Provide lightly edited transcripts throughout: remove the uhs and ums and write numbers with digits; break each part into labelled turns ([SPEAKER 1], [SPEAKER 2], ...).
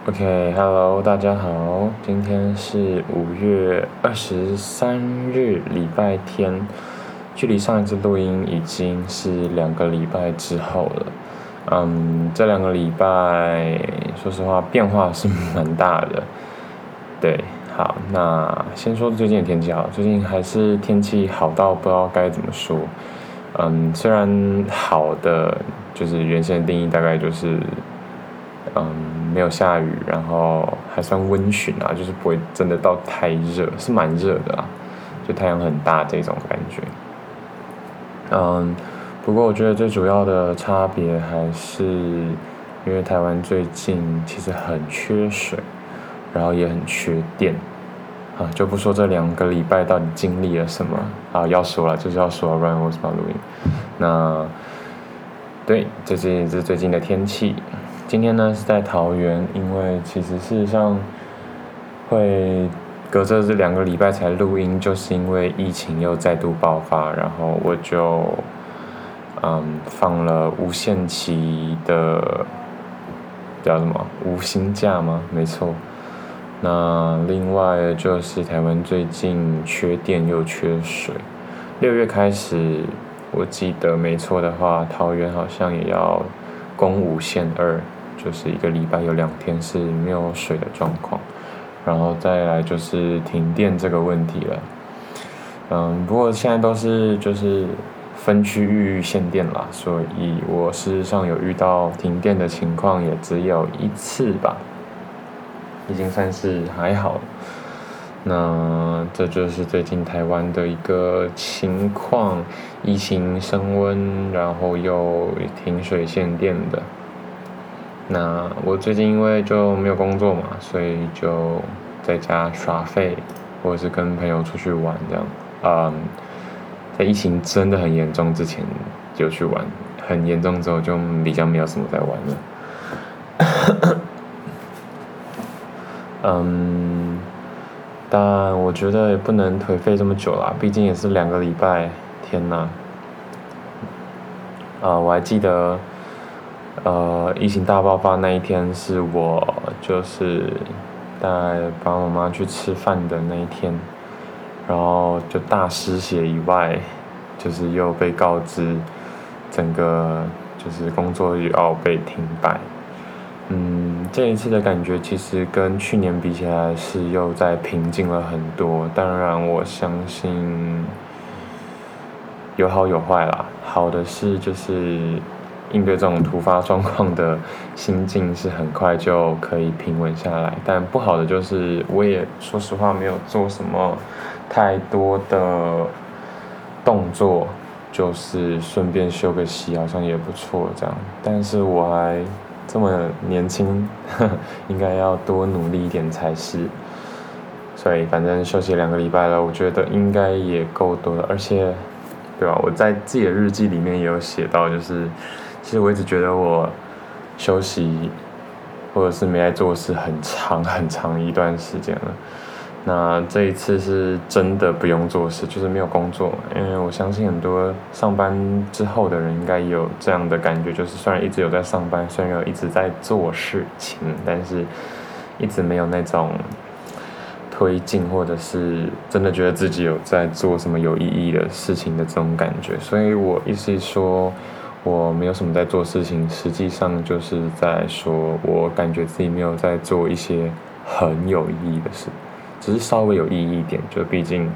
[SPEAKER 1] OK，Hello，大家好，今天是5月23日，礼拜天，距离上一次录音已经是2个礼拜之后了。这2个礼拜，说实话变化是蛮大的。对，好，那先说最近的天气好，最近还是天气好到不知道该怎么说。虽然好的就是原先的定义大概就是没有下雨，然后还算温煦啊，就是不会真的到太热，是蛮热的啦，就太阳很大这种感觉。不过我觉得最主要的差别还是因为台湾最近其实很缺水，然后也很缺电啊，就不说这2个礼拜到底经历了什么啊，要说了就是要说了，不然我怎么录音？那对，这是最近的天气。今天呢是在桃园，因为其实事实上会隔着这2个礼拜才录音，就是因为疫情又再度爆发，然后我就放了无限期的叫什么无薪假吗？没错。那另外就是台湾最近缺电又缺水，6月开始，我记得没错的话，桃园好像也要公5限2，就是1个礼拜有2天是没有水的状况，然后再来就是停电这个问题了。不过现在都是就是分区域限电啦，所以我事实上有遇到停电的情况也只有1次吧，已经算是还好。那这就是最近台湾的一个情况，疫情升温，然后又停水限电的。那我最近因为就没有工作嘛，所以就在家耍废，或者是跟朋友出去玩这样。在疫情真的很严重之前就去玩，很严重之后就比较没有什么在玩了。但我觉得也不能颓废这么久啦，毕竟也是2个礼拜，天哪！我还记得，疫情大爆发那一天是我就是带爸爸妈妈去吃饭的那一天，然后就大失血以外，就是又被告知整个就是工作又要被停摆。这一次的感觉其实跟去年比起来是又在平静了很多。当然，我相信有好有坏啦。好的是就是应对这种突发状况的心境是很快就可以平稳下来，但不好的就是我也说实话没有做什么太多的动作，就是顺便休个息好像也不错这样。但是我还这么年轻，应该要多努力一点才是。所以反正休息2个礼拜了，我觉得应该也够多了。而且，对吧？我在自己的日记里面也有写到，就是其实我一直觉得我休息或者是没在做事很长一段时间了。那这一次是真的不用做事，就是没有工作嘛，因为我相信很多上班之后的人应该也有这样的感觉，就是虽然一直有在上班，虽然有一直在做事情，但是一直没有那种推进，或者是真的觉得自己有在做什么有意义的事情的这种感觉。所以我意思是说我没有什么在做事情，实际上就是在说我感觉自己没有在做一些很有意义的事，只是稍微有意义一点，就毕竟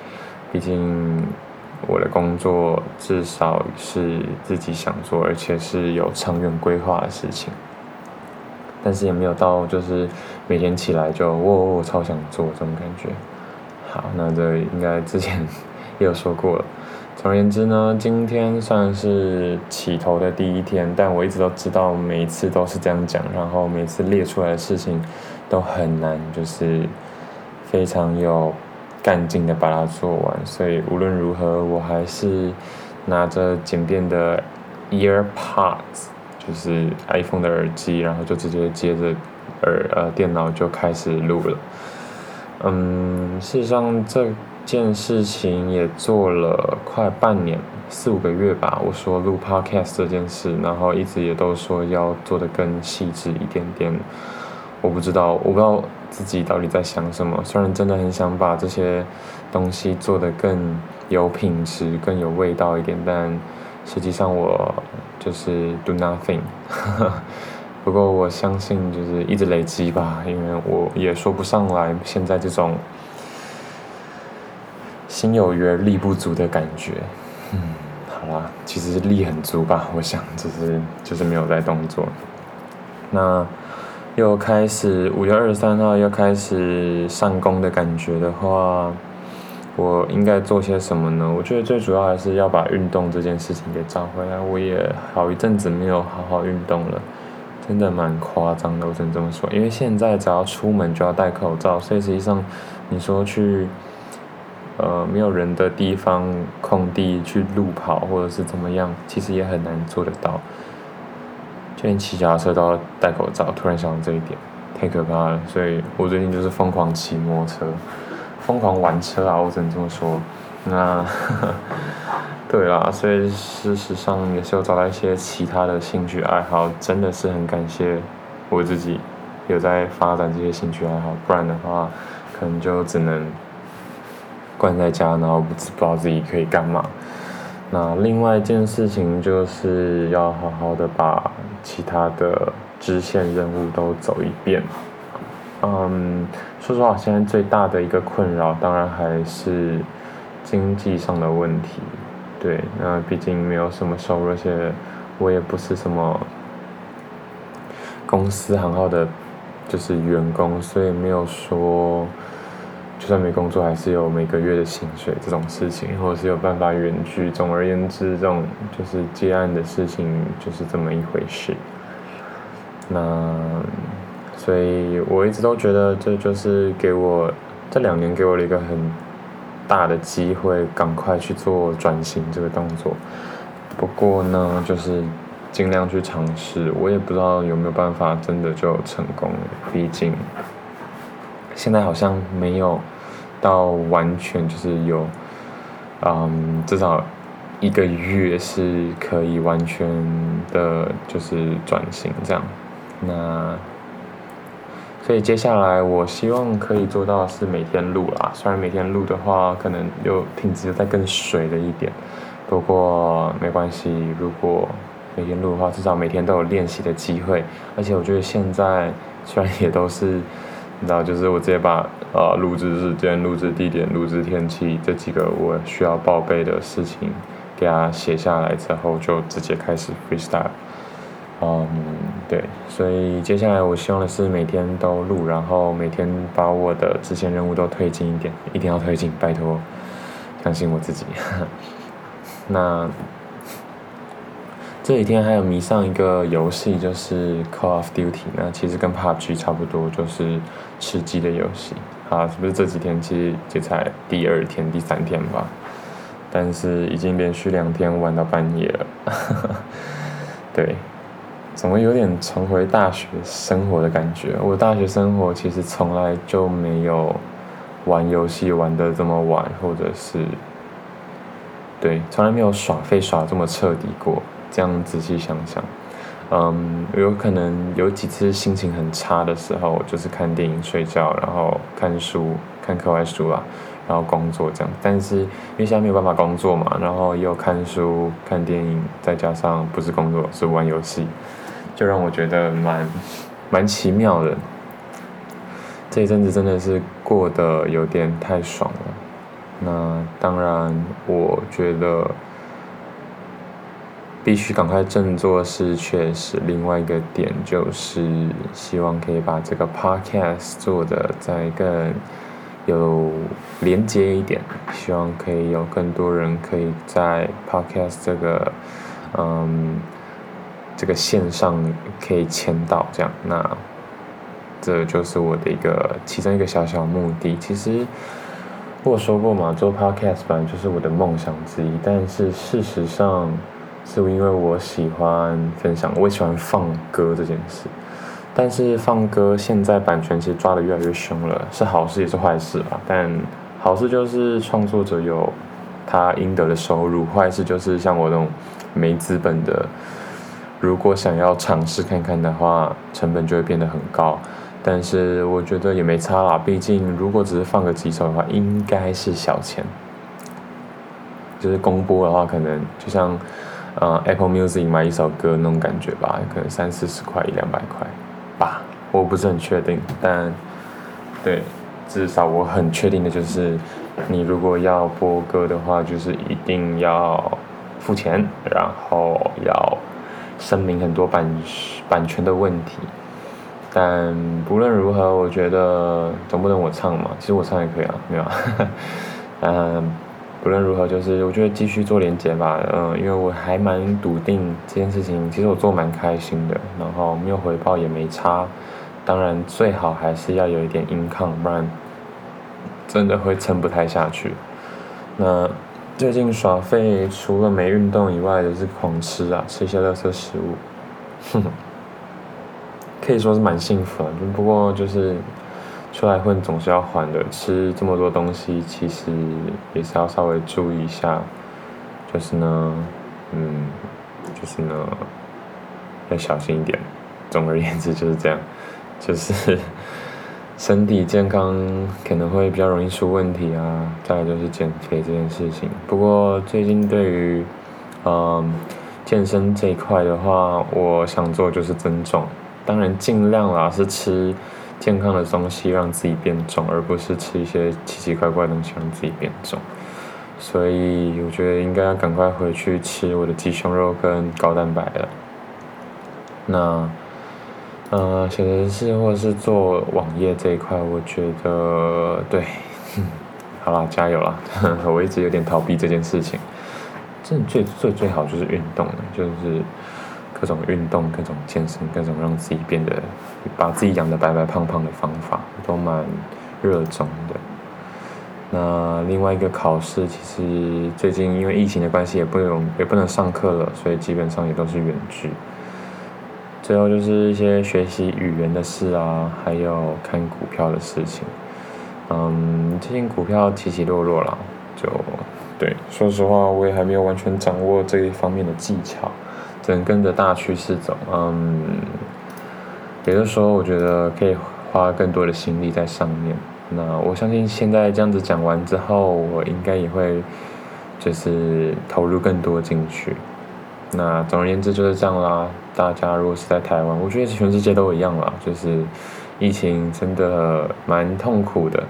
[SPEAKER 1] 我的工作至少是自己想做，而且是有长远规划的事情，但是也没有到就是每天起来就我超想做这种感觉。好，那这应该之前也有说过了。总而言之呢，今天算是起头的第1天，但我一直都知道每一次都是这样讲，然后每次列出来的事情都很难，就是非常有干劲的把它做完，所以无论如何，我还是拿着简便的 EarPods， 就是 iPhone 的耳机，然后就直接接着电脑就开始录了。事实上这件事情也做了快半年，4-5个月吧。我说录 Podcast 这件事，然后一直也都说要做得更细致一点点。 我不知道自己到底在想什么。虽然真的很想把这些东西做得更有品质、更有味道一点，但实际上我就是 do nothing 不过我相信就是一直累积吧，因为我也说不上来现在这种心有余而力不足的感觉。好啦，其实力很足吧，我想只是就是没有在动作。那又开始5月23号又开始上工的感觉的话，我应该做些什么呢？我觉得最主要还是要把运动这件事情给找回来。我也好一阵子没有好好运动了，真的蛮夸张的，我只能这么说。因为现在只要出门就要戴口罩，所以实际上你说去没有人的地方空地去路跑或者是怎么样，其实也很难做得到。就连骑脚踏车都要戴口罩，突然想到这一点，太可怕了。所以我最近就是疯狂骑摩托车，疯狂玩车啊，我只能这么说。那对啦，所以事实上也是有找到一些其他的兴趣爱好，真的是很感谢我自己有在发展这些兴趣爱好，不然的话可能就只能关在家，然后不知道自己可以干嘛。那另外一件事情就是要好好的把其他的支线任务都走一遍。说实话，现在最大的一个困扰当然还是经济上的问题。对，那毕竟没有什么收入，而且我也不是什么公司行号的，就是员工，所以没有说就算没工作还是有每个月的薪水这种事情，或者是有办法远距。总而言之，这种就是接案的事情就是这么一回事。那所以我一直都觉得这就是这2年给我了一个很大的机会，赶快去做转型这个动作。不过呢，就是尽量去尝试，我也不知道有没有办法真的就成功了，毕竟现在好像没有到完全就是有，至少1个月是可以完全的，就是转型这样。那所以接下来我希望可以做到是每天录啦，虽然每天录的话可能品质再更水了一点，不过没关系，如果每天录的话，至少每天都有练习的机会。而且我觉得现在虽然也都是你知道，就是我直接把录制时间、录制地点、录制天气这几个我需要报备的事情给它写下来之后，就直接开始 freestyle。对，所以接下来我希望的是每天都录，然后每天把我的支线任务都推进一点，一定要推进，拜托，相信我自己。那这几天还有迷上一个游戏，就是 Call of Duty， 那其实跟 PUBG 差不多，就是吃鸡的游戏。是不是这几天其实这才第2天、第3天吧？但是已经连续2天玩到半夜了。对，怎么有点重回大学生活的感觉？我大学生活其实从来就没有玩游戏玩得这么晚，或者是对，从来没有耍废耍这么彻底过。这样仔细想想，有可能有几次心情很差的时候，就是看电影、睡觉，然后看书、看课外书啦，然后工作这样。但是因为现在没有办法工作嘛，然后又看书、看电影，再加上不是工作是玩游戏，就让我觉得蛮奇妙的。这一阵子真的是过得有点太爽了。那当然，我觉得必须赶快振作是确实，另外一个点就是希望可以把这个 podcast 做得再更有连接一点，希望可以有更多人可以在 podcast 这个线上可以签到这样。那这就是我的其中一个小小目的。其实我有说过嘛，做 podcast 本来就是我的梦想之一，但是事实上是因为我喜欢分享，我也喜欢放歌这件事。但是放歌现在版权其实抓得越来越凶了，是好事也是坏事吧。但好事就是创作者有他应得的收入，坏事就是像我这种没资本的，如果想要尝试看看的话，成本就会变得很高。 但是我觉得也没差啦，毕竟如果只是放个几首的话，应该是小钱。就是公播的话，可能就像Apple Music 买一首歌那种感觉吧，可能30-40块100-200块吧，我不是很确定，但对，至少我很确定的就是，你如果要播歌的话，就是一定要付钱，然后要声明很多版权的问题。但不论如何，我觉得总不能我唱嘛，其实我唱也可以啊，没有不论如何，就是我觉得继续做连结吧，因为我还蛮笃定这件事情，其实我做蛮开心的，然后没有回报也没差，当然最好还是要有一点income，不然真的会撑不太下去。那最近耍废除了没运动以外，就是狂吃啊，吃一些垃圾食物，可以说是蛮幸福的，不过就是出来混总是要还的，吃这么多东西其实也是要稍微注意一下，就是呢要小心一点。总而言之就是这样，就是身体健康可能会比较容易出问题啊，再来就是减肥这件事情。不过最近对于健身这一块的话，我想做就是增重，当然尽量啦是吃健康的东西让自己变重，而不是吃一些奇奇怪怪的东西让自己变重。所以我觉得应该要赶快回去吃我的鸡胸肉跟高蛋白了。那写程式或者是做网页这一块，我觉得对，好啦，加油啦！我一直有点逃避这件事情。真的最好就是运动了，就是各种运动、各种健身、各种让自己变得把自己养得白白胖胖的方法，都蛮热衷的。那另外一个考试，其实最近因为疫情的关系，也不能上课了，所以基本上也都是远距。最后就是一些学习语言的事啊，还有看股票的事情。最近股票起起落落啦，就对，说实话我也还没有完全掌握这一方面的技巧，只能跟着大趋势走。也就是说，我觉得可以花更多的心力在上面。那我相信现在这样子讲完之后，我应该也会就是投入更多进去。那总而言之就是这样啦。大家如果是在台湾，我觉得全世界都一样啦，就是疫情真的蛮痛苦的。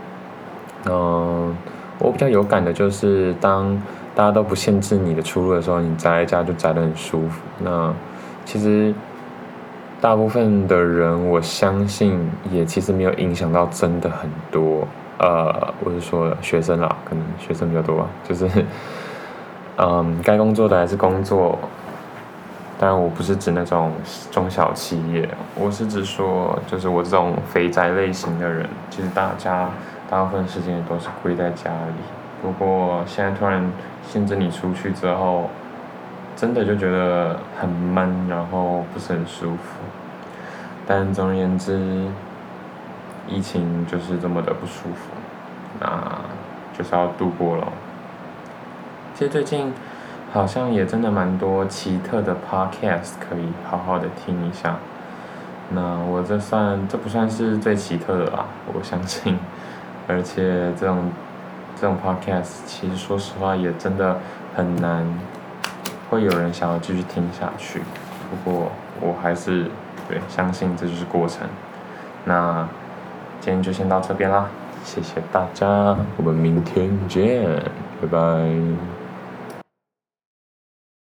[SPEAKER 1] 我比较有感的就是当大家都不限制你的出入的时候，你宅在家就宅得很舒服。那其实大部分的人，我相信也其实没有影响到真的很多。我是说学生啦，可能学生比较多吧，就是该工作的还是工作。当然我不是指那种中小企业，我是指说就是我这种肥宅类型的人，其实大部分时间也都是归在家里。不过现在突然限制你出去之后，真的就觉得很闷，然后不是很舒服。但总而言之，疫情就是这么的不舒服，那就是要度过了。其实最近好像也真的蛮多奇特的 podcast 可以好好的听一下。那我这不算是最奇特的啦，我相信。而且这种 podcast 其实说实话也真的很难会有人想要继续听下去。不过我还是相信这就是过程。那今天就先到这边啦，谢谢大家，我们明天见，拜拜。